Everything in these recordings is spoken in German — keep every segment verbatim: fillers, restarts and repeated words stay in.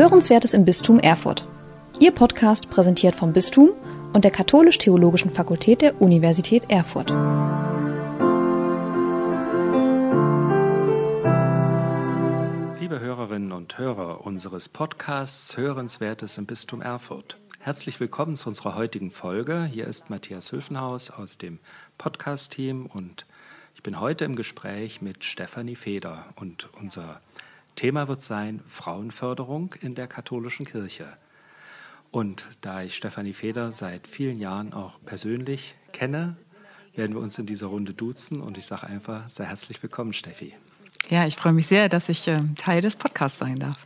Hörenswertes im Bistum Erfurt. Ihr Podcast präsentiert vom Bistum und der Katholisch-Theologischen Fakultät der Universität Erfurt. Liebe Hörerinnen und Hörer unseres Podcasts Hörenswertes im Bistum Erfurt. Herzlich willkommen zu unserer heutigen Folge. Hier ist Matthias Hülfenhaus aus dem Podcast-Team und ich bin heute im Gespräch mit Stefanie Feder und unser Thema wird sein Frauenförderung in der katholischen Kirche. Und da ich Stefanie Feder seit vielen Jahren auch persönlich kenne, werden wir uns in dieser Runde duzen und ich sage einfach, sei herzlich willkommen, Steffi. Ja, ich freue mich sehr, dass ich äh, Teil des Podcasts sein darf.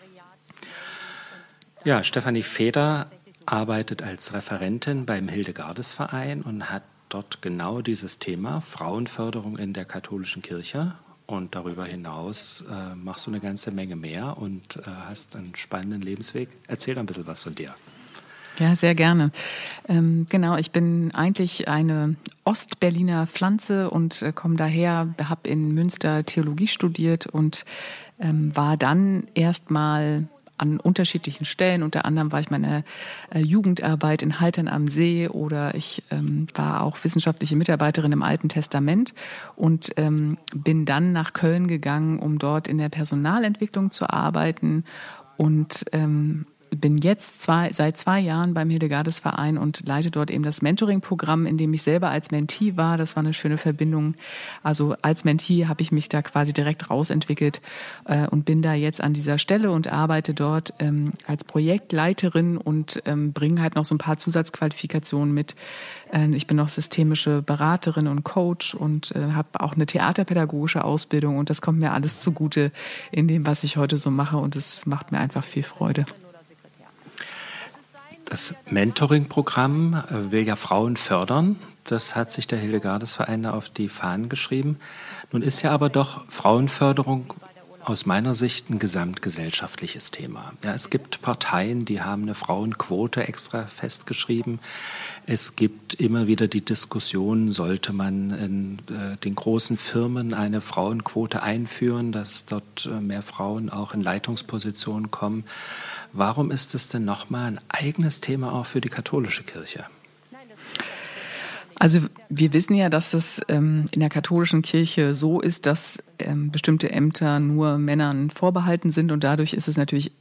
Ja, Stefanie Feder arbeitet als Referentin beim Hildegardesverein und hat dort genau dieses Thema Frauenförderung in der katholischen Kirche. Und darüber hinaus äh, machst du eine ganze Menge mehr und äh, hast einen spannenden Lebensweg. Erzähl ein bisschen was von dir. Ja, sehr gerne. Ähm, genau, ich bin eigentlich eine Ostberliner Pflanze und äh, komme daher, habe in Münster Theologie studiert und ähm, war dann erstmal an unterschiedlichen Stellen. Unter anderem war ich meine äh, Jugendarbeit in Haltern am See oder ich ähm, war auch wissenschaftliche Mitarbeiterin im Alten Testament und ähm, bin dann nach Köln gegangen, um dort in der Personalentwicklung zu arbeiten und ähm, bin jetzt zwei, seit zwei Jahren beim Hildegardesverein und leite dort eben das Mentoring-Programm, in dem ich selber als Mentee war. Das war eine schöne Verbindung. Also als Mentee habe ich mich da quasi direkt rausentwickelt äh, und bin da jetzt an dieser Stelle und arbeite dort ähm, als Projektleiterin und ähm, bringe halt noch so ein paar Zusatzqualifikationen mit. Äh, ich bin noch systemische Beraterin und Coach und äh, habe auch eine theaterpädagogische Ausbildung und das kommt mir alles zugute in dem, was ich heute so mache und es macht mir einfach viel Freude. Das Mentoring-Programm will ja Frauen fördern. Das hat sich der Hildegardesverein auf die Fahnen geschrieben. Nun ist ja aber doch Frauenförderung aus meiner Sicht ein gesamtgesellschaftliches Thema. Ja, es gibt Parteien, die haben eine Frauenquote extra festgeschrieben. Es gibt immer wieder die Diskussion, sollte man in äh, den großen Firmen eine Frauenquote einführen, dass dort äh, mehr Frauen auch in Leitungspositionen kommen. Warum ist es denn nochmal ein eigenes Thema auch für die katholische Kirche? Also wir wissen ja, dass es ähm, in der katholischen Kirche so ist, dass ähm, bestimmte Ämter nur Männern vorbehalten sind und dadurch ist es natürlich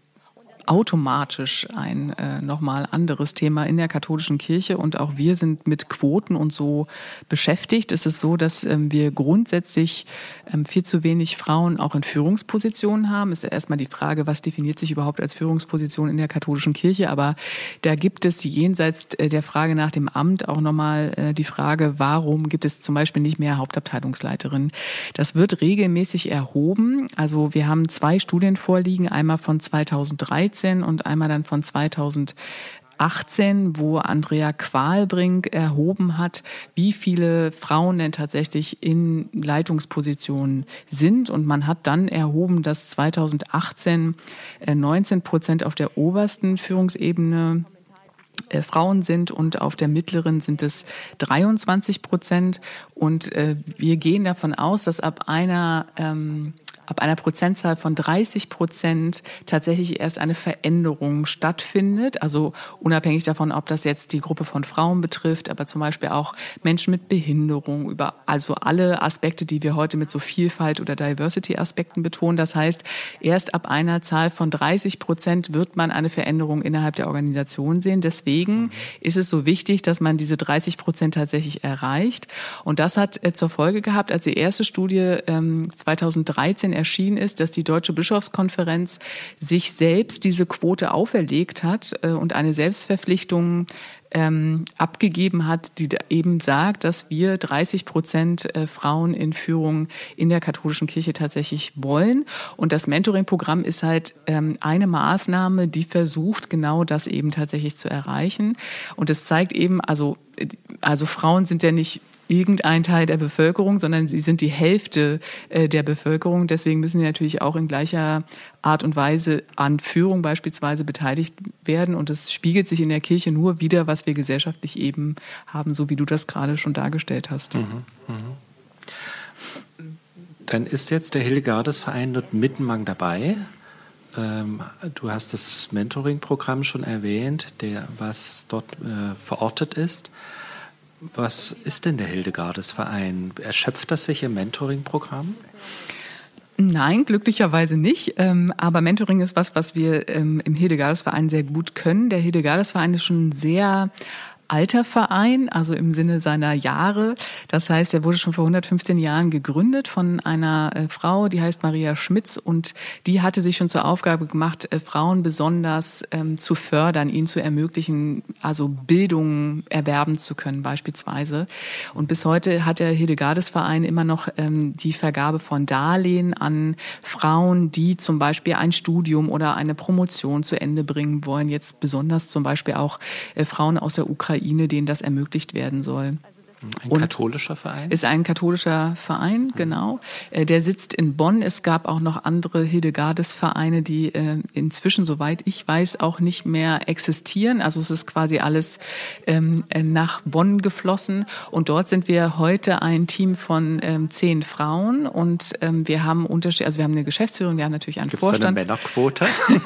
automatisch ein äh, nochmal anderes Thema in der katholischen Kirche und auch wir sind mit Quoten und so beschäftigt. Es ist so, dass ähm, wir grundsätzlich ähm, viel zu wenig Frauen auch in Führungspositionen haben. Es ist ja erstmal die Frage, was definiert sich überhaupt als Führungsposition in der katholischen Kirche, aber da gibt es jenseits der Frage nach dem Amt auch nochmal äh, die Frage, warum gibt es zum Beispiel nicht mehr Hauptabteilungsleiterinnen? Das wird regelmäßig erhoben. Also wir haben zwei Studien vorliegen, einmal von zweitausenddreizehn und einmal dann von zweitausendachtzehn, wo Andrea Qualbrink erhoben hat, wie viele Frauen denn tatsächlich in Leitungspositionen sind. Und man hat dann erhoben, dass zweitausendachtzehn neunzehn Prozent auf der obersten Führungsebene Frauen sind und auf der mittleren sind es dreiundzwanzig Prozent. Und äh, wir gehen davon aus, dass ab einer ähm, ab einer Prozentzahl von dreißig Prozent tatsächlich erst eine Veränderung stattfindet. Also unabhängig davon, ob das jetzt die Gruppe von Frauen betrifft, aber zum Beispiel auch Menschen mit Behinderung, über also alle Aspekte, die wir heute mit so Vielfalt oder Diversity-Aspekten betonen. Das heißt, erst ab einer Zahl von dreißig Prozent wird man eine Veränderung innerhalb der Organisation sehen. Deswegen mhm. ist es so wichtig, dass man diese dreißig Prozent tatsächlich erreicht. Und das hat äh, zur Folge gehabt, als die erste Studie ähm, zweitausenddreizehn erschienen ist, dass die Deutsche Bischofskonferenz sich selbst diese Quote auferlegt hat äh, und eine Selbstverpflichtung ähm, abgegeben hat, die eben sagt, dass wir dreißig Prozent äh, Frauen in Führung in der katholischen Kirche tatsächlich wollen. Und das Mentoring-Programm ist halt ähm, eine Maßnahme, die versucht, genau das eben tatsächlich zu erreichen. Und es zeigt eben, also, also Frauen sind ja nicht irgendein Teil der Bevölkerung, sondern sie sind die Hälfte äh, der Bevölkerung. Deswegen müssen sie natürlich auch in gleicher Art und Weise an Führung beispielsweise beteiligt werden. Und das spiegelt sich in der Kirche nur wider, was wir gesellschaftlich eben haben, so wie du das gerade schon dargestellt hast. Mhm, mh. Dann ist jetzt der Hildegardesverein dort mittenlang dabei. ähm, du hast das Mentoring-Programm schon erwähnt, der, was dort äh, verortet ist. Was ist denn der Hildegardes-Verein? Erschöpft das sich im Mentoring-Programm? Nein, glücklicherweise nicht. Ähm, aber Mentoring ist was, was wir ähm, im Hildegardes-Verein sehr gut können. Der Hildegardes-Verein ist schon sehr alter Verein, also im Sinne seiner Jahre. Das heißt, er wurde schon vor hundertfünfzehn Jahren gegründet von einer äh, Frau, die heißt Maria Schmitz, und die hatte sich schon zur Aufgabe gemacht, äh, Frauen besonders ähm, zu fördern, ihnen zu ermöglichen, also Bildung erwerben zu können beispielsweise. Und bis heute hat der Hildegardes-Verein immer noch ähm, die Vergabe von Darlehen an Frauen, die zum Beispiel ein Studium oder eine Promotion zu Ende bringen wollen. Jetzt besonders zum Beispiel auch äh, Frauen aus der Ukraine, denen das ermöglicht werden soll. Ein und katholischer Verein? Ist ein katholischer Verein, genau. Der sitzt in Bonn. Es gab auch noch andere Hildegardes-Vereine, die inzwischen, soweit ich weiß, auch nicht mehr existieren. Also es ist quasi alles nach Bonn geflossen. Und dort sind wir heute ein Team von zehn Frauen. Und wir haben Unterschied, also wir haben eine Geschäftsführung, wir haben natürlich einen Gibt's Vorstand. Gibt es da eine Männerquote?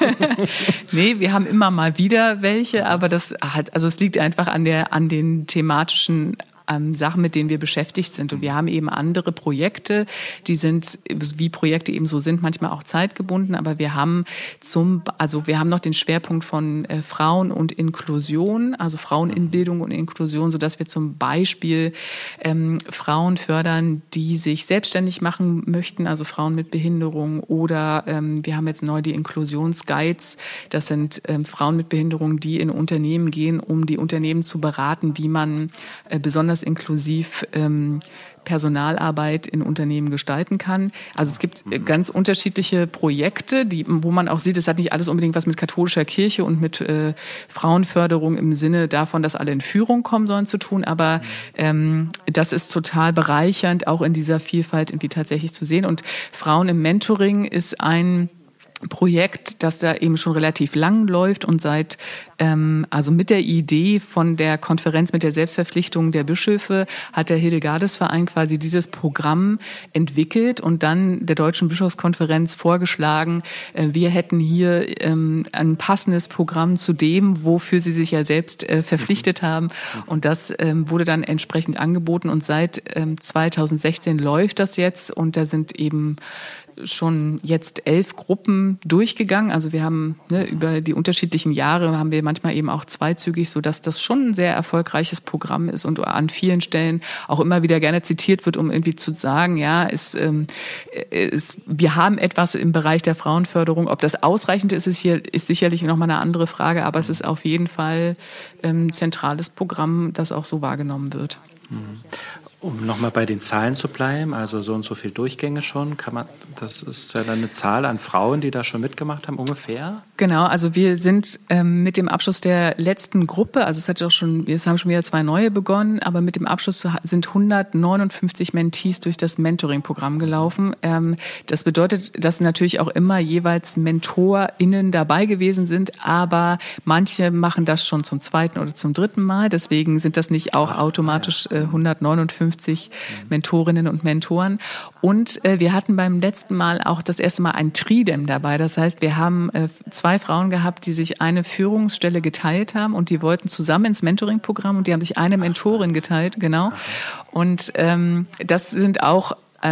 Nee, wir haben immer mal wieder welche, aber das hat, also es liegt einfach an der, an den thematischen Ähm, Sachen, mit denen wir beschäftigt sind. Und wir haben eben andere Projekte, die sind, wie Projekte eben so sind, manchmal auch zeitgebunden, aber wir haben zum, also wir haben noch den Schwerpunkt von äh, Frauen und Inklusion, also Frauen in Bildung und Inklusion, sodass wir zum Beispiel ähm, Frauen fördern, die sich selbstständig machen möchten, also Frauen mit Behinderung, oder ähm, wir haben jetzt neu die Inklusionsguides, das sind ähm, Frauen mit Behinderung, die in Unternehmen gehen, um die Unternehmen zu beraten, wie man äh, besonders inklusiv ähm, Personalarbeit in Unternehmen gestalten kann. Also es gibt äh, ganz unterschiedliche Projekte, die, wo man auch sieht, es hat nicht alles unbedingt was mit katholischer Kirche und mit äh, Frauenförderung im Sinne davon, dass alle in Führung kommen sollen, zu tun. Aber ähm, das ist total bereichernd, auch in dieser Vielfalt irgendwie tatsächlich zu sehen. Und Frauen im Mentoring ist ein Projekt, das da eben schon relativ lang läuft und seit, ähm, also mit der Idee von der Konferenz mit der Selbstverpflichtung der Bischöfe hat der Hildegardes-Verein quasi dieses Programm entwickelt und dann der Deutschen Bischofskonferenz vorgeschlagen, äh, wir hätten hier ähm, ein passendes Programm zu dem, wofür sie sich ja selbst äh, verpflichtet haben, und das ähm, wurde dann entsprechend angeboten und seit ähm, zweitausendsechzehn läuft das jetzt und da sind eben schon jetzt elf Gruppen durchgegangen. Also wir haben ne, über die unterschiedlichen Jahre haben wir manchmal eben auch zweizügig, so dass das schon ein sehr erfolgreiches Programm ist und an vielen Stellen auch immer wieder gerne zitiert wird, um irgendwie zu sagen, ja, ist, ähm, ist, wir haben etwas im Bereich der Frauenförderung. Ob das ausreichend ist, ist hier ist sicherlich nochmal eine andere Frage, aber es ist auf jeden Fall ein ähm, zentrales Programm, das auch so wahrgenommen wird. Mhm. Um nochmal bei den Zahlen zu bleiben, also so und so viele Durchgänge schon, kann man, das ist ja dann eine Zahl an Frauen, die da schon mitgemacht haben, ungefähr? Genau, also wir sind ähm, mit dem Abschluss der letzten Gruppe, also es hat auch schon, jetzt haben schon wieder zwei neue begonnen, aber mit dem Abschluss sind hundertneunundfünfzig Mentees durch das Mentoring-Programm gelaufen. Ähm, das bedeutet, dass natürlich auch immer jeweils MentorInnen dabei gewesen sind, aber manche machen das schon zum zweiten oder zum dritten Mal, deswegen sind das nicht auch automatisch äh, hundertneunundfünfzig Mentorinnen und Mentoren. Und äh, wir hatten beim letzten Mal auch das erste Mal ein Tridem dabei. Das heißt, wir haben äh, zwei Frauen gehabt, die sich eine Führungsstelle geteilt haben und die wollten zusammen ins Mentoring-Programm und die haben sich eine Mentorin geteilt, genau. Und ähm, das sind auch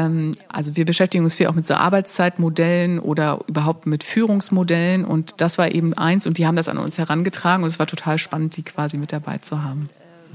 also wir beschäftigen uns viel auch mit so Arbeitszeitmodellen oder überhaupt mit Führungsmodellen und das war eben eins und die haben das an uns herangetragen und es war total spannend, die quasi mit dabei zu haben.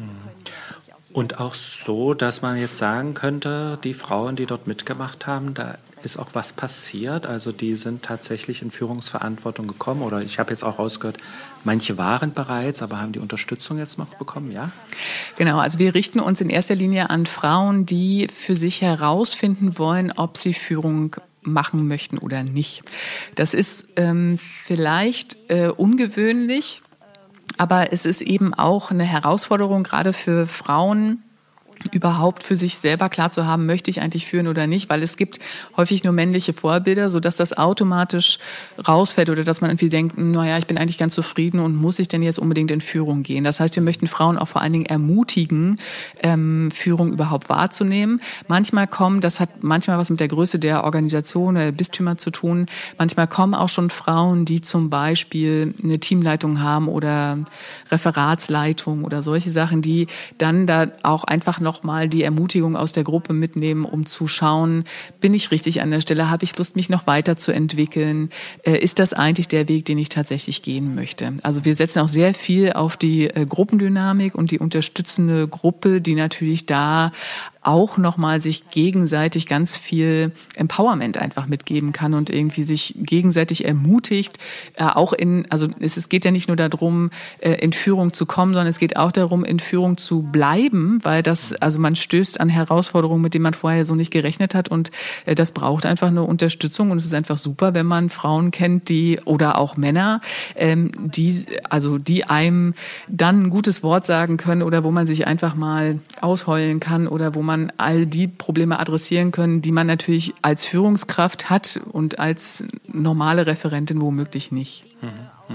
Und auch so, dass man jetzt sagen könnte, die Frauen, die dort mitgemacht haben, da ist auch was passiert, also die sind tatsächlich in Führungsverantwortung gekommen oder ich habe jetzt auch rausgehört, manche waren bereits, aber haben die Unterstützung jetzt noch bekommen, ja? Genau, also wir richten uns in erster Linie an Frauen, die für sich herausfinden wollen, ob sie Führung machen möchten oder nicht. Das ist ähm, vielleicht äh, ungewöhnlich, aber es ist eben auch eine Herausforderung, gerade für Frauen, überhaupt für sich selber klar zu haben, möchte ich eigentlich führen oder nicht, weil es gibt häufig nur männliche Vorbilder, sodass das automatisch rausfällt oder dass man irgendwie denkt, naja, ich bin eigentlich ganz zufrieden und muss ich denn jetzt unbedingt in Führung gehen? Das heißt, wir möchten Frauen auch vor allen Dingen ermutigen, ähm, Führung überhaupt wahrzunehmen. Manchmal kommen, das hat manchmal was mit der Größe der Organisation oder der Bistümer zu tun, manchmal kommen auch schon Frauen, die zum Beispiel eine Teamleitung haben oder Referatsleitung oder solche Sachen, die dann da auch einfach noch mal die Ermutigung aus der Gruppe mitnehmen, um zu schauen, bin ich richtig an der Stelle, habe ich Lust, mich noch weiterzuentwickeln, äh, ist das eigentlich der Weg, den ich tatsächlich gehen möchte? Also wir setzen auch sehr viel auf die äh, Gruppendynamik und die unterstützende Gruppe, die natürlich da auch nochmal sich gegenseitig ganz viel Empowerment einfach mitgeben kann und irgendwie sich gegenseitig ermutigt, äh, auch in, also es, es geht ja nicht nur darum, äh, in Führung zu kommen, sondern es geht auch darum, in Führung zu bleiben, weil das, also man stößt an Herausforderungen, mit denen man vorher so nicht gerechnet hat und äh, das braucht einfach eine Unterstützung und es ist einfach super, wenn man Frauen kennt, die, oder auch Männer, ähm, die, also die einem dann ein gutes Wort sagen können oder wo man sich einfach mal ausheulen kann oder wo man all die Probleme adressieren können, die man natürlich als Führungskraft hat und als normale Referentin womöglich nicht. Mhm,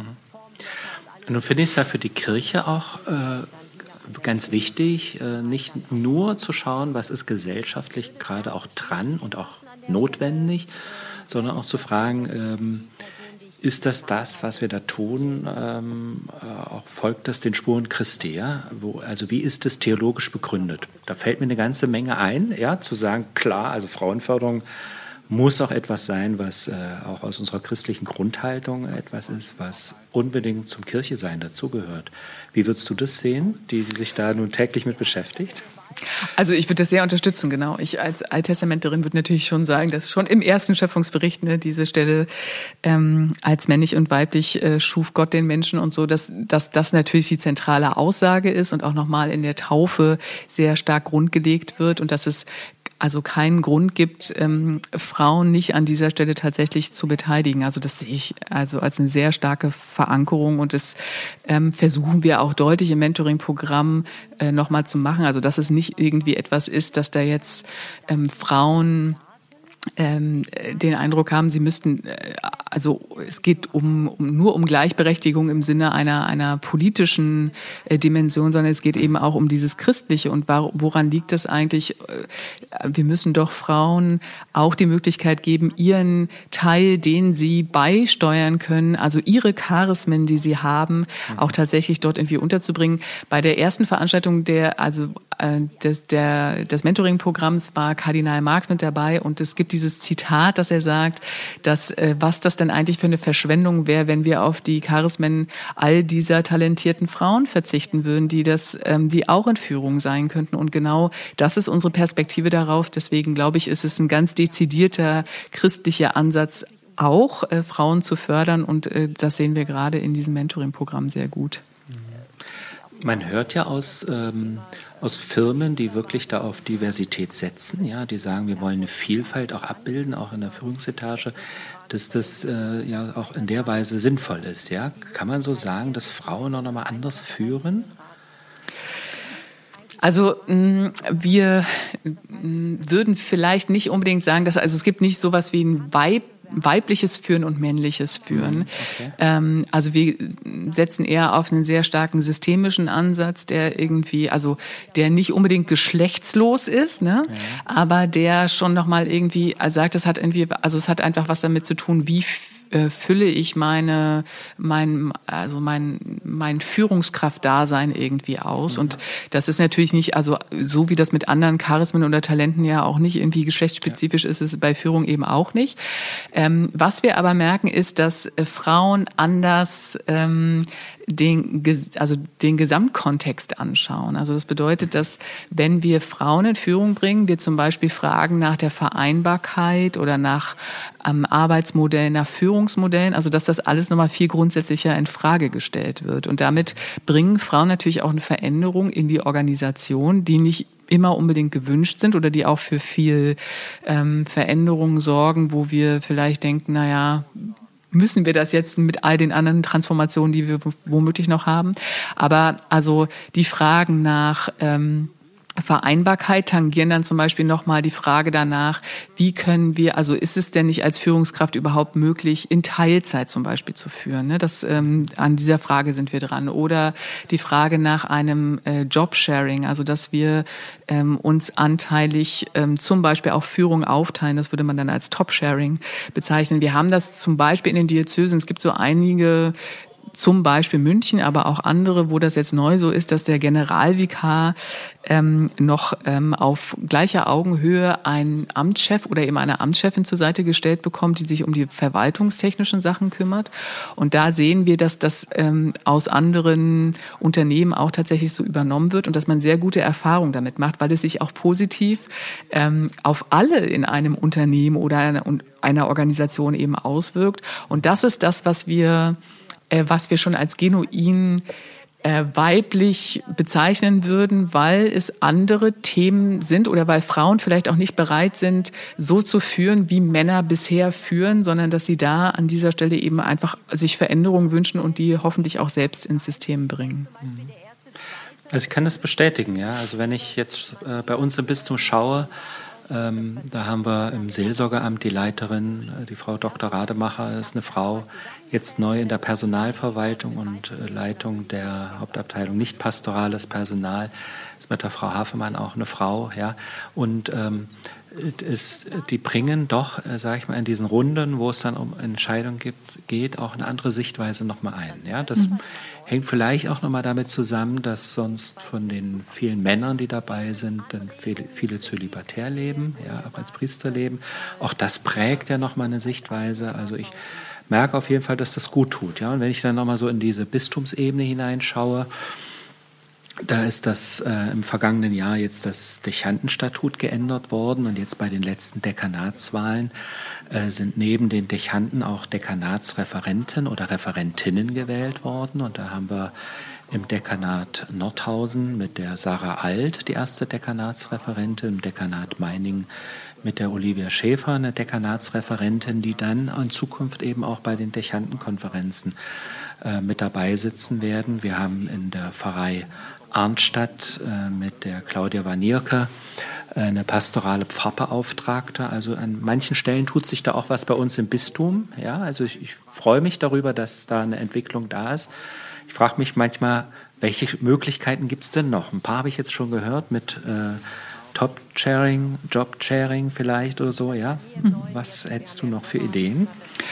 mh. Nun finde ich es ja für die Kirche auch äh, ganz wichtig, äh, nicht nur zu schauen, was ist gesellschaftlich gerade auch dran und auch notwendig, sondern auch zu fragen, ähm, ist das das, was wir da tun, ähm, auch folgt das den Spuren Christi? Ja? Wo, also wie ist das theologisch begründet? Da fällt mir eine ganze Menge ein, ja, zu sagen, klar, also Frauenförderung muss auch etwas sein, was äh, auch aus unserer christlichen Grundhaltung etwas ist, was unbedingt zum Kirchesein dazugehört. Wie würdest du das sehen, die, die sich da nun täglich mit beschäftigt? Also ich würde das sehr unterstützen, genau. Ich als Alttestamenterin würde natürlich schon sagen, dass schon im ersten Schöpfungsbericht ne, diese Stelle ähm, als männlich und weiblich äh, schuf Gott den Menschen und so, dass, dass das natürlich die zentrale Aussage ist und auch nochmal in der Taufe sehr stark grundgelegt wird und dass es also keinen Grund gibt, ähm, Frauen nicht an dieser Stelle tatsächlich zu beteiligen. Also das sehe ich also als eine sehr starke Verankerung und das ähm, versuchen wir auch deutlich im Mentoring-Programm äh, nochmal zu machen. Also dass es nicht irgendwie etwas ist, dass da jetzt ähm, Frauen ähm, den Eindruck haben, sie müssten, äh, also es geht um, um nur um Gleichberechtigung im Sinne einer einer politischen äh, Dimension, sondern es geht eben auch um dieses Christliche und war, woran liegt das eigentlich? Äh, wir müssen doch Frauen auch die Möglichkeit geben, ihren Teil, den sie beisteuern können, also ihre Charismen, die sie haben, auch tatsächlich dort irgendwie unterzubringen. Bei der ersten Veranstaltung der, also äh, des, der, des Mentoring-Programms war Kardinal Marx mit dabei und es gibt dieses Zitat, dass er sagt, dass äh, was das denn eigentlich für eine Verschwendung wäre, wenn wir auf die Charismen all dieser talentierten Frauen verzichten würden, die das, ähm, die auch in Führung sein könnten. Und genau das ist unsere Perspektive darauf. Deswegen glaube ich, ist es ein ganz dezidierter christlicher Ansatz, auch äh, Frauen zu fördern. Und äh, das sehen wir gerade in diesem Mentoring-Programm sehr gut. Man hört ja aus, ähm, aus Firmen, die wirklich da auf Diversität setzen, ja, die sagen, wir wollen eine Vielfalt auch abbilden, auch in der Führungsetage, dass das äh, ja auch in der Weise sinnvoll ist. Ja? Kann man so sagen, dass Frauen auch nochmal anders führen? Also wir würden vielleicht nicht unbedingt sagen, dass, also es gibt nicht sowas wie ein Weib, weibliches Führen und männliches Führen. Okay. Ähm, also wir setzen eher auf einen sehr starken systemischen Ansatz, der irgendwie, also der nicht unbedingt geschlechtslos ist, ne? Ja. Aber der schon nochmal irgendwie also sagt, es hat irgendwie, also es hat einfach was damit zu tun, wie fülle ich meine, mein, also mein, mein Führungskraftdasein irgendwie aus. Mhm. Und das ist natürlich nicht, also so wie das mit anderen Charismen oder Talenten ja auch nicht irgendwie geschlechtsspezifisch ja. ist, ist es bei Führung eben auch nicht. Ähm, was wir aber merken, ist, dass äh, Frauen anders ähm, den, also den Gesamtkontext anschauen. Also das bedeutet, dass wenn wir Frauen in Führung bringen, wir zum Beispiel fragen nach der Vereinbarkeit oder nach ähm, Arbeitsmodellen, nach Führungsmodellen, also dass das alles nochmal viel grundsätzlicher in Frage gestellt wird. Und damit bringen Frauen natürlich auch eine Veränderung in die Organisation, die nicht immer unbedingt gewünscht sind oder die auch für viel ähm, Veränderungen sorgen, wo wir vielleicht denken, naja, müssen wir das jetzt mit all den anderen Transformationen, die wir womöglich noch haben. Aber also die Fragen nach ähm, Vereinbarkeit tangieren dann zum Beispiel nochmal die Frage danach, wie können wir, also ist es denn nicht als Führungskraft überhaupt möglich, in Teilzeit zum Beispiel zu führen? Ne? Das, ähm, an dieser Frage sind wir dran. Oder die Frage nach einem äh, Jobsharing, also dass wir ähm, uns anteilig ähm, zum Beispiel auch Führung aufteilen. Das würde man dann als Top-Sharing bezeichnen. Wir haben das zum Beispiel in den Diözesen. Es gibt so einige, zum Beispiel München, aber auch andere, wo das jetzt neu so ist, dass der Generalvikar ähm, noch ähm, auf gleicher Augenhöhe einen Amtschef oder eben eine Amtschefin zur Seite gestellt bekommt, die sich um die verwaltungstechnischen Sachen kümmert. Und da sehen wir, dass das ähm, aus anderen Unternehmen auch tatsächlich so übernommen wird und dass man sehr gute Erfahrungen damit macht, weil es sich auch positiv ähm, auf alle in einem Unternehmen oder einer, einer Organisation eben auswirkt. Und das ist das, was wir was wir schon als genuin äh, weiblich bezeichnen würden, weil es andere Themen sind oder weil Frauen vielleicht auch nicht bereit sind, so zu führen, wie Männer bisher führen, sondern dass sie da an dieser Stelle eben einfach sich Veränderungen wünschen und die hoffentlich auch selbst ins System bringen. Also ich kann das bestätigen, ja. Also wenn ich jetzt äh, bei uns im Bistum schaue, Ähm, da haben wir im Seelsorgeramt die Leiterin, äh, die Frau Doktor Rademacher, ist eine Frau, jetzt neu in der Personalverwaltung und äh, Leitung der Hauptabteilung nicht pastorales Personal, ist mit der Frau Hafemann auch eine Frau, ja. Und ähm, ist, die bringen doch, äh, sage ich mal, in diesen Runden, wo es dann um Entscheidungen gibt, geht, auch eine andere Sichtweise nochmal ein. Ja? Das mhm. hängt vielleicht auch nochmal damit zusammen, dass sonst von den vielen Männern, die dabei sind, dann viele, viele zölibatär leben, ja, auch als Priester leben. Auch das prägt ja nochmal eine Sichtweise. Also ich merke auf jeden Fall, dass das gut tut. Ja? Und wenn ich dann nochmal so in diese Bistumsebene hineinschaue, da ist das äh, im vergangenen Jahr jetzt das Dechantenstatut geändert worden und jetzt bei den letzten Dekanatswahlen äh, sind neben den Dechanten auch Dekanatsreferenten oder Referentinnen gewählt worden. Und da haben wir im Dekanat Nordhausen mit der Sarah Alt die erste Dekanatsreferentin, im Dekanat Meiningen mit der Olivia Schäfer eine Dekanatsreferentin, die dann in Zukunft eben auch bei den Dechantenkonferenzen äh, mit dabei sitzen werden. Wir haben in der Pfarrei Arnstadt äh, mit der Claudia Wanierke äh, eine pastorale Pfarrbeauftragte. Also an manchen Stellen tut sich da auch was bei uns im Bistum. Ja, also ich, ich freue mich darüber, dass da eine Entwicklung da ist. Ich frage mich manchmal, welche Möglichkeiten gibt es denn noch? Ein paar habe ich jetzt schon gehört mit äh, Top-Sharing, Job-Sharing vielleicht oder so. Ja, mhm. Was hättest du noch für Ideen?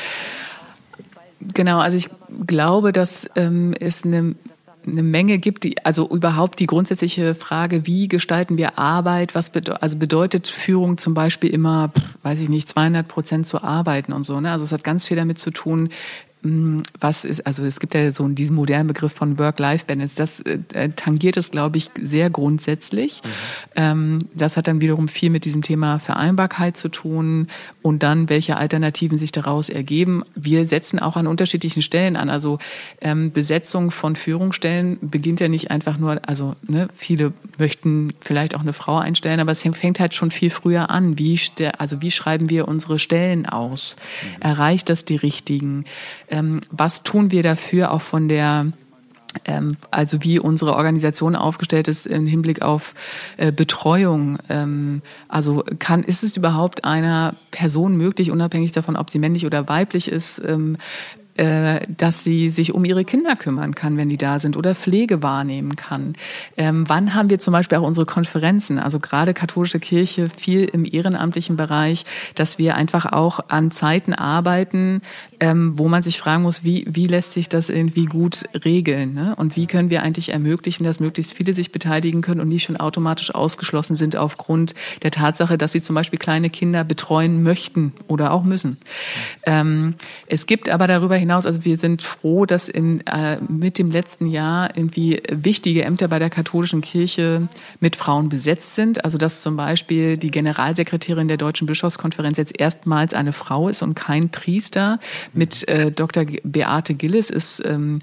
Genau, also ich glaube, dass ähm, es eine eine Menge gibt, die, also überhaupt die grundsätzliche Frage, wie gestalten wir Arbeit, was bedeutet, also bedeutet Führung zum Beispiel immer, weiß ich nicht, zweihundert Prozent zu arbeiten und so, ne? Also es hat ganz viel damit zu tun, was ist, also es gibt ja so diesen modernen Begriff von Work-Life-Balance, das äh, tangiert es, glaube ich, sehr grundsätzlich. Mhm. Ähm, das hat dann wiederum viel mit diesem Thema Vereinbarkeit zu tun und dann, welche Alternativen sich daraus ergeben. Wir setzen auch an unterschiedlichen Stellen an, also ähm, Besetzung von Führungsstellen beginnt ja nicht einfach nur, also ne, viele möchten vielleicht auch eine Frau einstellen, aber es fängt halt schon viel früher an. Wie, also wie schreiben wir unsere Stellen aus? Mhm. Erreicht das die richtigen? Ähm, was tun wir dafür, auch von der, ähm, also wie unsere Organisation aufgestellt ist im Hinblick auf äh, Betreuung? Ähm, also kann, ist es überhaupt einer Person möglich, unabhängig davon, ob sie männlich oder weiblich ist, ähm, dass sie sich um ihre Kinder kümmern kann, wenn die da sind, oder Pflege wahrnehmen kann. Ähm, wann haben wir zum Beispiel auch unsere Konferenzen, also gerade katholische Kirche, viel im ehrenamtlichen Bereich, dass wir einfach auch an Zeiten arbeiten, ähm, wo man sich fragen muss, wie, wie lässt sich das irgendwie gut regeln, ne? Und wie können wir eigentlich ermöglichen, dass möglichst viele sich beteiligen können und nicht schon automatisch ausgeschlossen sind aufgrund der Tatsache, dass sie zum Beispiel kleine Kinder betreuen möchten oder auch müssen. Ähm, es gibt aber darüber hinaus, also wir sind froh, dass in, äh, mit dem letzten Jahr irgendwie wichtige Ämter bei der katholischen Kirche mit Frauen besetzt sind. Also dass zum Beispiel die Generalsekretärin der Deutschen Bischofskonferenz jetzt erstmals eine Frau ist und kein Priester. Mit äh, Doktor Beate Gillis ist ähm,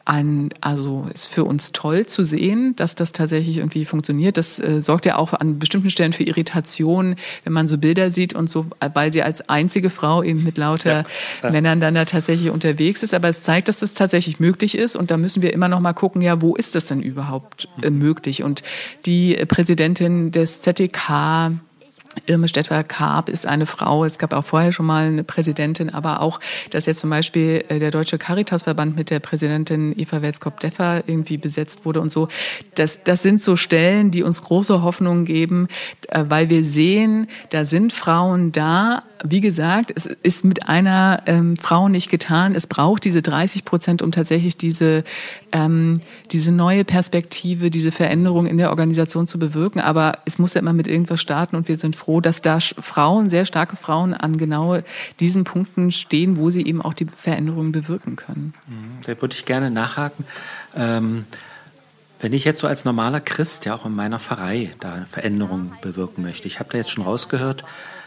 ein, also ist für uns toll zu sehen, dass das tatsächlich irgendwie funktioniert. Das äh, sorgt ja auch an bestimmten Stellen für Irritation, wenn man so Bilder sieht und so, weil sie als einzige Frau eben mit lauter ja. Männern dann da tatsächlich unterwegs ist. Aber es zeigt, dass das tatsächlich möglich ist. Und da müssen wir immer noch mal gucken, ja, wo ist das denn überhaupt äh, möglich? Und die Präsidentin des Z D K, Irme Stettwer-Karp, ist eine Frau. Es gab auch vorher schon mal eine Präsidentin, aber auch, dass jetzt zum Beispiel der Deutsche Caritasverband mit der Präsidentin Eva Welskop-Deffer irgendwie besetzt wurde und so. Das, das sind so Stellen, die uns große Hoffnung geben, weil wir sehen, da sind Frauen da. Wie gesagt, es ist mit einer ähm, Frau nicht getan. Es braucht diese dreißig Prozent, um tatsächlich diese, ähm, diese neue Perspektive, diese Veränderung in der Organisation zu bewirken. Aber es muss ja immer mit irgendwas starten und wir sind froh, dass da Frauen, sehr starke Frauen an genau diesen Punkten stehen, wo sie eben auch die Veränderungen bewirken können. Da würde ich gerne nachhaken. Ähm, wenn ich jetzt so als normaler Christ ja auch in meiner Pfarrei da Veränderungen bewirken möchte, ich habe da jetzt schon rausgehört,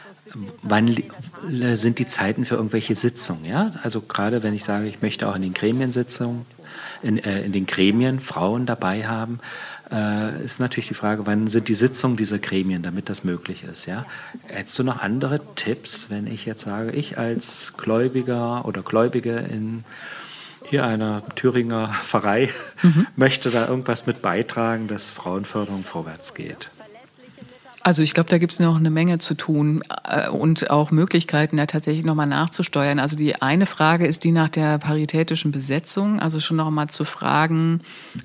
wann sind die Zeiten für irgendwelche Sitzungen? Ja? Also gerade wenn ich sage, ich möchte auch in den Gremiensitzungen, in, äh, in den Gremien Frauen dabei haben, äh, ist natürlich die Frage, wann sind die Sitzungen dieser Gremien, damit das möglich ist. Ja? Hättest du noch andere Tipps, wenn ich jetzt sage, ich als Gläubiger oder Gläubige in hier einer Thüringer Pfarrei mhm. möchte da irgendwas mit beitragen, dass Frauenförderung vorwärts geht? Also ich glaube, da gibt es noch eine Menge zu tun äh, und auch Möglichkeiten, da tatsächlich nochmal nachzusteuern. Also die eine Frage ist die nach der paritätischen Besetzung, also schon nochmal zu fragen,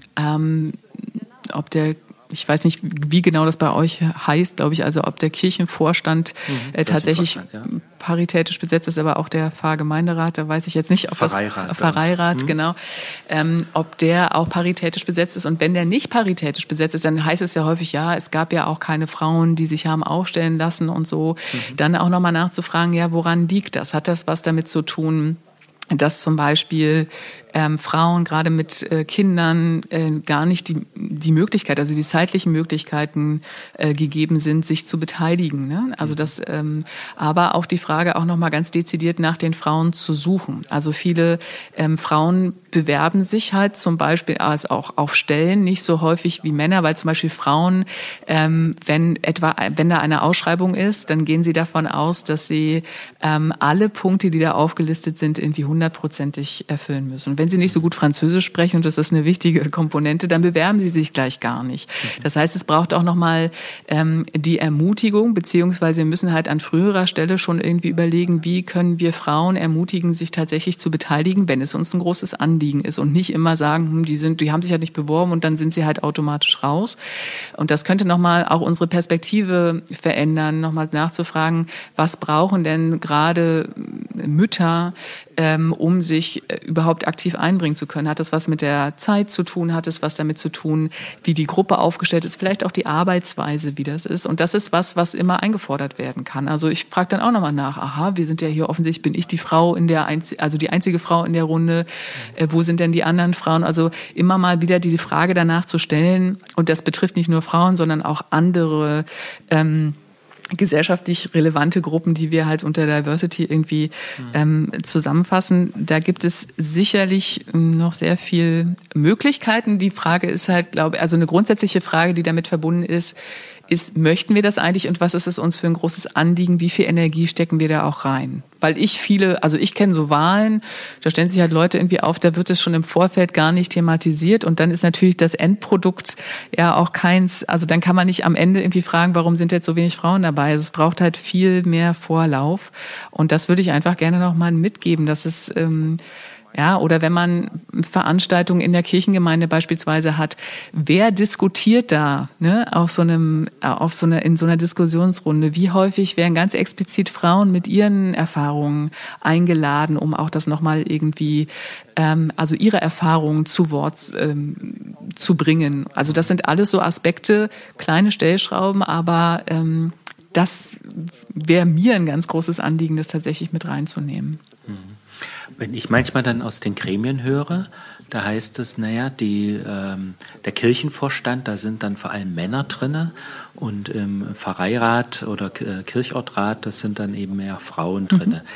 ähm, ob der, ich weiß nicht, wie genau das bei euch heißt, glaube ich, also ob der Kirchenvorstand mhm, äh, tatsächlich ja. paritätisch besetzt ist, aber auch der Pfarrgemeinderat, da weiß ich jetzt nicht, ob Pfarreirat, das Pfarreirat, mhm. genau, ähm, ob der auch paritätisch besetzt ist. Und wenn der nicht paritätisch besetzt ist, dann heißt es ja häufig, ja, es gab ja auch keine Frauen, die sich haben aufstellen lassen und so. Mhm. Dann auch nochmal nachzufragen, ja, woran liegt das? Hat das was damit zu tun, dass zum Beispiel ähm, Frauen gerade mit äh, Kindern äh, gar nicht die, die Möglichkeit, also die zeitlichen Möglichkeiten äh, gegeben sind, sich zu beteiligen. Ne? Also das, ähm, aber auch die Frage auch nochmal ganz dezidiert nach den Frauen zu suchen. Also viele ähm, Frauen bewerben sich halt zum Beispiel also auch auf Stellen nicht so häufig wie Männer, weil zum Beispiel Frauen, ähm, wenn etwa, wenn da eine Ausschreibung ist, dann gehen sie davon aus, dass sie ähm, alle Punkte, die da aufgelistet sind, irgendwie hundertprozentig erfüllen müssen. Und wenn sie nicht so gut Französisch sprechen, und das ist eine wichtige Komponente, dann bewerben sie sich gleich gar nicht. Das heißt, es braucht auch nochmal ähm, die Ermutigung, beziehungsweise wir müssen halt an früherer Stelle schon irgendwie überlegen, wie können wir Frauen ermutigen, sich tatsächlich zu beteiligen, wenn es uns ein großes Anliegen ist und nicht immer sagen, hm, die sind, die haben sich halt nicht beworben und dann sind sie halt automatisch raus. Und das könnte nochmal auch unsere Perspektive verändern, nochmal nachzufragen, was brauchen denn gerade Mütter, ähm, um sich überhaupt aktiv einbringen zu können. Hat das was mit der Zeit zu tun? Hat es was damit zu tun, wie die Gruppe aufgestellt ist? Vielleicht auch die Arbeitsweise, wie das ist. Und das ist was, was immer eingefordert werden kann. Also ich frage dann auch nochmal nach, aha, wir sind ja hier offensichtlich, bin ich die Frau in der, Einz- also die einzige Frau in der Runde. Äh, wo sind denn die anderen Frauen? Also immer mal wieder die Frage danach zu stellen. Und das betrifft nicht nur Frauen, sondern auch andere ähm, gesellschaftlich relevante Gruppen, die wir halt unter Diversity irgendwie ähm, zusammenfassen. Da gibt es sicherlich noch sehr viel Möglichkeiten. Die Frage ist halt, glaube ich, also eine grundsätzliche Frage, die damit verbunden ist, ist, möchten wir das eigentlich und was ist es uns für ein großes Anliegen? Wie viel Energie stecken wir da auch rein? Weil ich viele, also ich kenne so Wahlen, da stellen sich halt Leute irgendwie auf, da wird es schon im Vorfeld gar nicht thematisiert und dann ist natürlich das Endprodukt ja auch keins, also dann kann man nicht am Ende irgendwie fragen, warum sind jetzt so wenig Frauen dabei? Also es braucht halt viel mehr Vorlauf und das würde ich einfach gerne nochmal mitgeben, dass es ähm, ja, oder wenn man Veranstaltungen in der Kirchengemeinde beispielsweise hat, wer diskutiert da, ne, auf so einem, auf so einer, in so einer Diskussionsrunde? Wie häufig werden ganz explizit Frauen mit ihren Erfahrungen eingeladen, um auch das nochmal irgendwie, ähm, also ihre Erfahrungen zu Wort ähm, zu bringen? Also das sind alles so Aspekte, kleine Stellschrauben, aber ähm, das wäre mir ein ganz großes Anliegen, das tatsächlich mit reinzunehmen. Mhm. Wenn ich manchmal dann aus den Gremien höre, da heißt es, naja, die, ähm, der Kirchenvorstand, da sind dann vor allem Männer drin und im Pfarreirat oder Kirchortrat, das sind dann eben mehr Frauen drin. Mhm.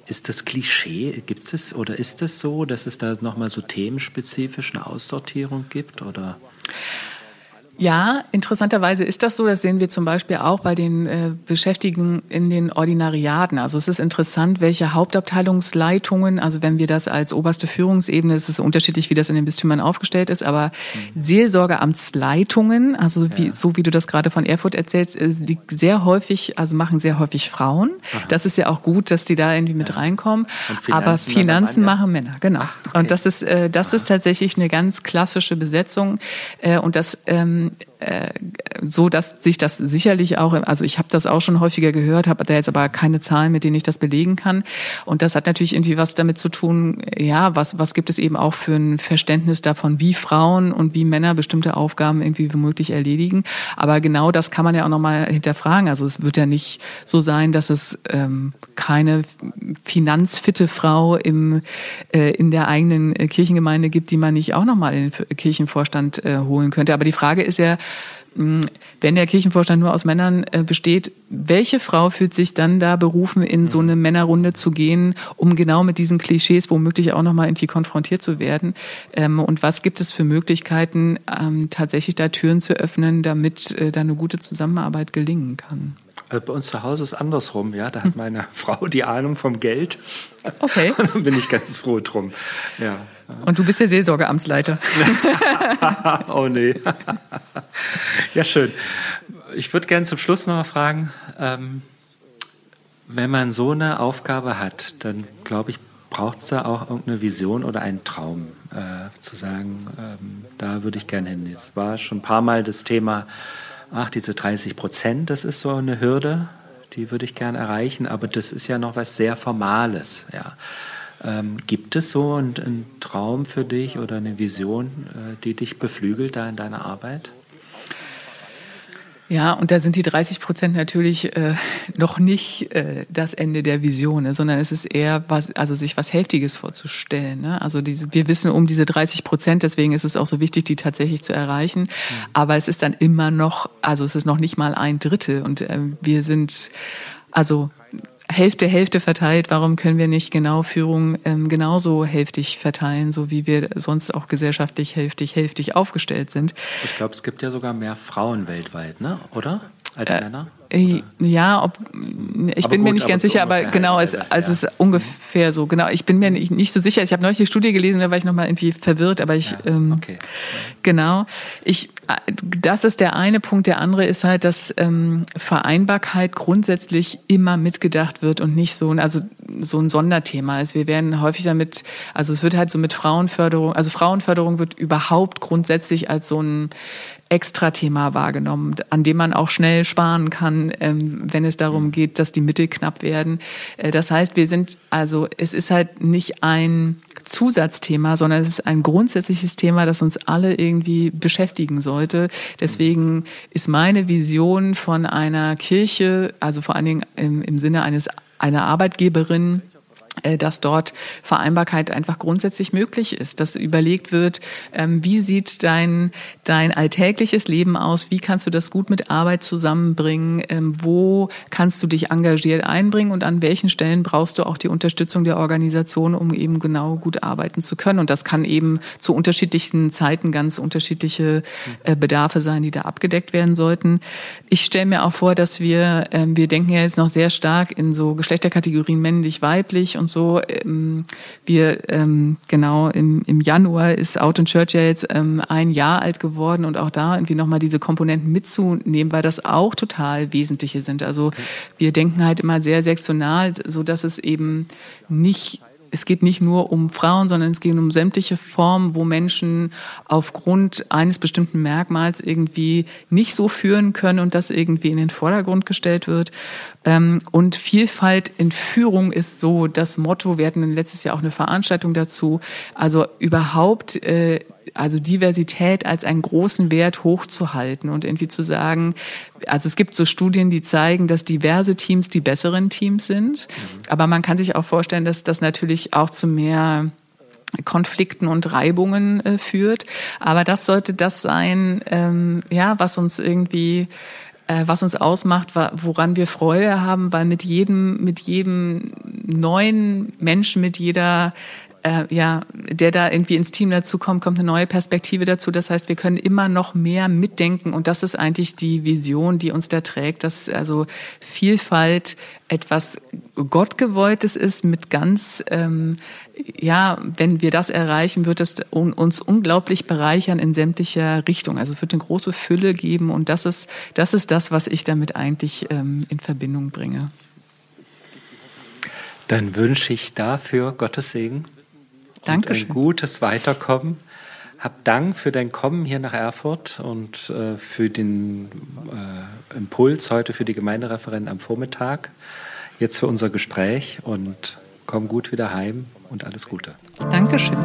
ist das Klischee, gibt es oder ist es so, dass es da nochmal so themenspezifisch eine Aussortierung gibt, oder? Ja, interessanterweise ist das so. Das sehen wir zum Beispiel auch bei den äh, Beschäftigten in den Ordinariaten. Also es ist interessant, welche Hauptabteilungsleitungen, also wenn wir das als oberste Führungsebene, es ist unterschiedlich, wie das in den Bistümern aufgestellt ist, aber mhm. Seelsorgeamtsleitungen, also wie, ja. so wie du das gerade von Erfurt erzählst, die sehr häufig, also machen sehr häufig Frauen. Aha. Das ist ja auch gut, dass die da irgendwie mit ja. reinkommen. Finanzen aber Finanzen machen Männer, genau. Ach, okay. Und das ist, äh, das ah. ist tatsächlich eine ganz klassische Besetzung äh, und das ähm, so, dass sich das sicherlich auch, also ich habe das auch schon häufiger gehört, habe da jetzt aber keine Zahlen, mit denen ich das belegen kann. Und das hat natürlich irgendwie was damit zu tun, ja, was, was gibt es eben auch für ein Verständnis davon, wie Frauen und wie Männer bestimmte Aufgaben irgendwie womöglich erledigen. Aber genau das kann man ja auch nochmal hinterfragen. Also es wird ja nicht so sein, dass es ähm, keine finanzfitte Frau im, äh, in der eigenen Kirchengemeinde gibt, die man nicht auch nochmal in den Kirchenvorstand äh, holen könnte. Aber die Frage ist ja, wenn der Kirchenvorstand nur aus Männern besteht, welche Frau fühlt sich dann da berufen, in so eine Männerrunde zu gehen, um genau mit diesen Klischees womöglich auch nochmal irgendwie konfrontiert zu werden? Und was gibt es für Möglichkeiten, tatsächlich da Türen zu öffnen, damit da eine gute Zusammenarbeit gelingen kann? Bei uns zu Hause ist andersrum, ja. Da hat meine Frau die Ahnung vom Geld. Okay. Und dann bin ich ganz froh drum. Ja. Und du bist der Seelsorgeamtsleiter. Oh nee. Ja, schön. Ich würde gerne zum Schluss noch mal fragen, ähm, wenn man so eine Aufgabe hat, dann glaube ich, braucht es da auch irgendeine Vision oder einen Traum, äh, zu sagen, ähm, da würde ich gerne hin. Jetzt war schon ein paar Mal das Thema, ach, diese dreißig Prozent, das ist so eine Hürde, die würde ich gerne erreichen, aber das ist ja noch was sehr Formales, ja. Ähm, gibt es so einen, einen Traum für dich oder eine Vision, äh, die dich beflügelt da in deiner Arbeit? Ja, und da sind die dreißig Prozent natürlich äh, noch nicht äh, das Ende der Vision, ne, sondern es ist eher was, also sich was Hälftiges vorzustellen. Ne? Also diese, wir wissen um diese dreißig Prozent, deswegen ist es auch so wichtig, die tatsächlich zu erreichen. Mhm. Aber es ist dann immer noch, also es ist noch nicht mal ein Drittel und äh, wir sind, also Hälfte, Hälfte verteilt. Warum können wir nicht genau Führung ähm, genauso hälftig verteilen, so wie wir sonst auch gesellschaftlich hälftig, hälftig aufgestellt sind? Ich glaube, es gibt ja sogar mehr Frauen weltweit, ne? Oder? Als äh, Männer? Oder? Ja, ob, ich aber bin gut, mir nicht ganz sicher, aber genau, es, also es ist ungefähr so. Genau, ich bin mir nicht, nicht so sicher. Ich habe neulich die Studie gelesen, da war ich nochmal irgendwie verwirrt, aber ich, ja, ähm, okay. genau. Ich, das ist der eine Punkt. Der andere ist halt, dass ähm, Vereinbarkeit grundsätzlich immer mitgedacht wird und nicht so, also so ein Sonderthema ist. Wir werden häufig damit, also es wird halt so mit Frauenförderung, also Frauenförderung wird überhaupt grundsätzlich als so ein Extra-Thema wahrgenommen, an dem man auch schnell sparen kann, ähm, wenn es darum geht, dass die Mittel knapp werden. Äh, das heißt, wir sind, also es ist halt nicht ein Zusatzthema, sondern es ist ein grundsätzliches Thema, das uns alle irgendwie beschäftigen sollte. Deswegen ist meine Vision von einer Kirche, also vor allen Dingen im, im Sinne eines einer Arbeitgeberin, dass dort Vereinbarkeit einfach grundsätzlich möglich ist, dass überlegt wird, wie sieht dein dein alltägliches Leben aus, wie kannst du das gut mit Arbeit zusammenbringen, wo kannst du dich engagiert einbringen und an welchen Stellen brauchst du auch die Unterstützung der Organisation, um eben genau gut arbeiten zu können. Und das kann eben zu unterschiedlichen Zeiten ganz unterschiedliche Bedarfe sein, die da abgedeckt werden sollten. Ich stelle mir auch vor, dass wir, wir denken ja jetzt noch sehr stark in so Geschlechterkategorien männlich, weiblich und so. Wir, genau, im, im Januar ist Out in Church ja jetzt ein Jahr alt geworden und auch da irgendwie nochmal diese Komponenten mitzunehmen, weil das auch total wesentliche sind. Also wir denken halt immer sehr sektional, so dass es eben nicht Es geht nicht nur um Frauen, sondern es geht um sämtliche Formen, wo Menschen aufgrund eines bestimmten Merkmals irgendwie nicht so führen können und das irgendwie in den Vordergrund gestellt wird. Und Vielfalt in Führung ist so das Motto. Wir hatten letztes Jahr auch eine Veranstaltung dazu. Also überhaupt, also Diversität als einen großen Wert hochzuhalten und irgendwie zu sagen, also es gibt so Studien, die zeigen, dass diverse Teams die besseren Teams sind. Mhm. Aber man kann sich auch vorstellen, dass das natürlich auch zu mehr Konflikten und Reibungen äh, führt. Aber das sollte das sein, ähm, ja, was uns irgendwie was uns ausmacht, woran wir Freude haben, weil mit jedem, mit jedem neuen Menschen mit jeder Äh, ja, der da irgendwie ins Team dazu kommt, kommt eine neue Perspektive dazu. Das heißt, wir können immer noch mehr mitdenken und das ist eigentlich die Vision, die uns da trägt, dass also Vielfalt etwas Gottgewolltes ist mit ganz, ähm, ja, wenn wir das erreichen, wird es uns unglaublich bereichern in sämtlicher Richtung. Also es wird eine große Fülle geben und das ist das, ist das was ich damit eigentlich ähm, in Verbindung bringe. Dann wünsche ich dafür Gottes Segen. Dankeschön. Und ein gutes Weiterkommen. Hab Dank für dein Kommen hier nach Erfurt und äh, für den äh, Impuls heute für die Gemeindereferenten am Vormittag. Jetzt für unser Gespräch und komm gut wieder heim und alles Gute. Dankeschön.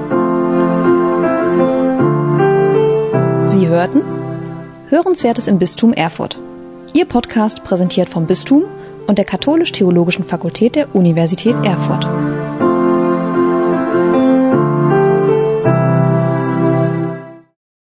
Sie hörten Hörenswertes im Bistum Erfurt. Ihr Podcast präsentiert vom Bistum und der Katholisch-Theologischen Fakultät der Universität Erfurt.